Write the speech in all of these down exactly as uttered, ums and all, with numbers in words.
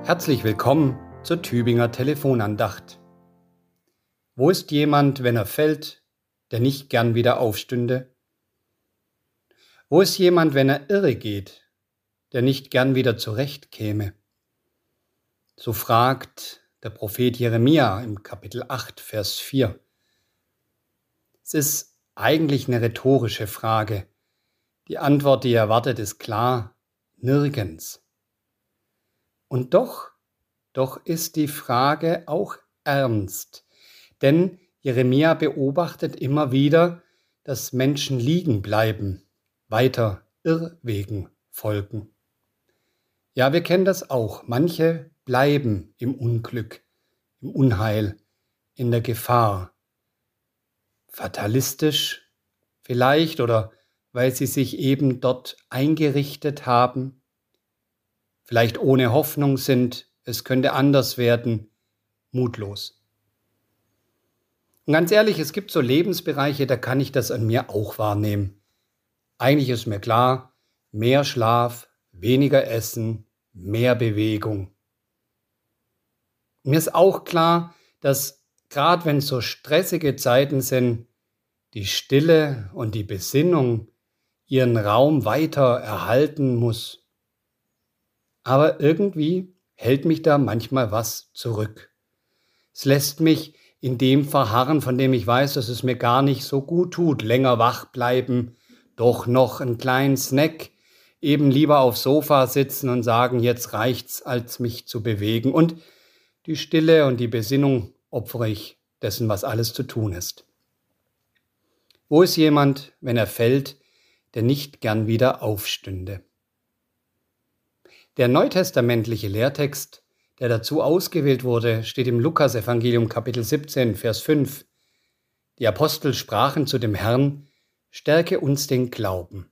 Herzlich willkommen zur Tübinger Telefonandacht. Wo ist jemand, wenn er fällt, der nicht gern wieder aufstünde? Wo ist jemand, wenn er irre geht, der nicht gern wieder zurechtkäme? So fragt der Prophet Jeremia im Kapitel acht, Vers vier. Es ist eigentlich eine rhetorische Frage. Die Antwort, die er erwartet, ist klar: nirgends. Und doch, doch ist die Frage auch ernst, denn Jeremia beobachtet immer wieder, dass Menschen liegen bleiben, weiter Irrwegen folgen. Ja, wir kennen das auch. Manche bleiben im Unglück, im Unheil, in der Gefahr. Fatalistisch vielleicht oder weil sie sich eben dort eingerichtet haben, vielleicht ohne Hoffnung sind, es könnte anders werden, mutlos. Und ganz ehrlich, es gibt so Lebensbereiche, da kann ich das an mir auch wahrnehmen. Eigentlich ist mir klar, mehr Schlaf, weniger Essen, mehr Bewegung. Mir ist auch klar, dass gerade wenn es so stressige Zeiten sind, die Stille und die Besinnung ihren Raum weiter erhalten muss. Aber irgendwie hält mich da manchmal was zurück. Es lässt mich in dem verharren, von dem ich weiß, dass es mir gar nicht so gut tut. Länger wach bleiben, doch noch einen kleinen Snack, eben lieber aufs Sofa sitzen und sagen, jetzt reicht's, als mich zu bewegen. Und die Stille und die Besinnung opfere ich dessen, was alles zu tun ist. Wo ist jemand, wenn er fällt, der nicht gern wieder aufstünde? Der neutestamentliche Lehrtext, der dazu ausgewählt wurde, steht im Lukas-Evangelium Kapitel siebzehn, Vers fünf. Die Apostel sprachen zu dem Herrn: Stärke uns den Glauben.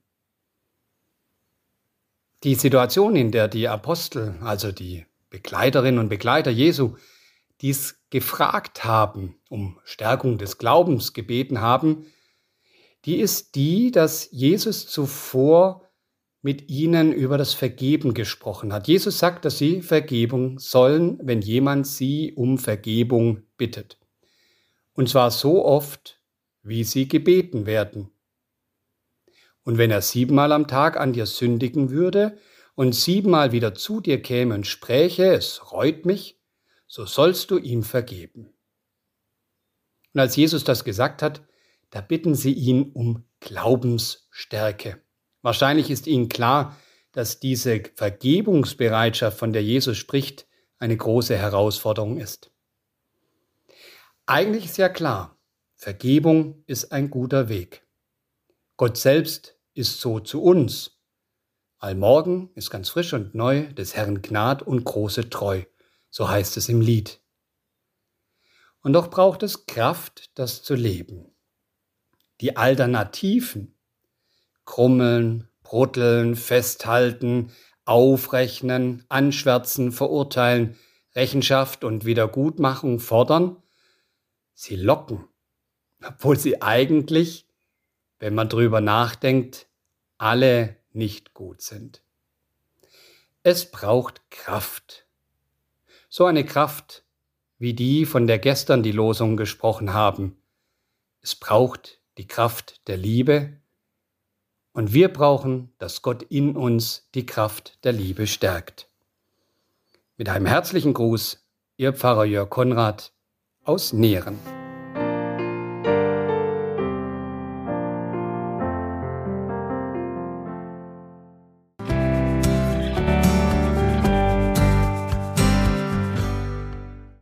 Die Situation, in der die Apostel, also die Begleiterinnen und Begleiter Jesu, dies gefragt haben, um Stärkung des Glaubens gebeten haben, die ist die, dass Jesus zuvor mit ihnen über das Vergeben gesprochen hat. Jesus sagt, dass sie Vergebung sollen, wenn jemand sie um Vergebung bittet. Und zwar so oft, wie sie gebeten werden. Und wenn er siebenmal am Tag an dir sündigen würde und siebenmal wieder zu dir käme und spräche, es reut mich, so sollst du ihm vergeben. Und als Jesus das gesagt hat, da bitten sie ihn um Glaubensstärke. Wahrscheinlich ist ihnen klar, dass diese Vergebungsbereitschaft, von der Jesus spricht, eine große Herausforderung ist. Eigentlich ist ja klar, Vergebung ist ein guter Weg. Gott selbst ist so zu uns. Allmorgen ist ganz frisch und neu des Herrn Gnad und große Treu, so heißt es im Lied. Und doch braucht es Kraft, das zu leben. Die Alternativen, krummeln, brutteln, festhalten, aufrechnen, anschwärzen, verurteilen, Rechenschaft und Wiedergutmachung fordern, sie locken, obwohl sie eigentlich, wenn man drüber nachdenkt, alle nicht gut sind. Es braucht Kraft. So eine Kraft, wie die, von der gestern die Losungen gesprochen haben. Es braucht die Kraft der Liebe. Und wir brauchen, dass Gott in uns die Kraft der Liebe stärkt. Mit einem herzlichen Gruß, Ihr Pfarrer Jörg Konrad aus Nehren.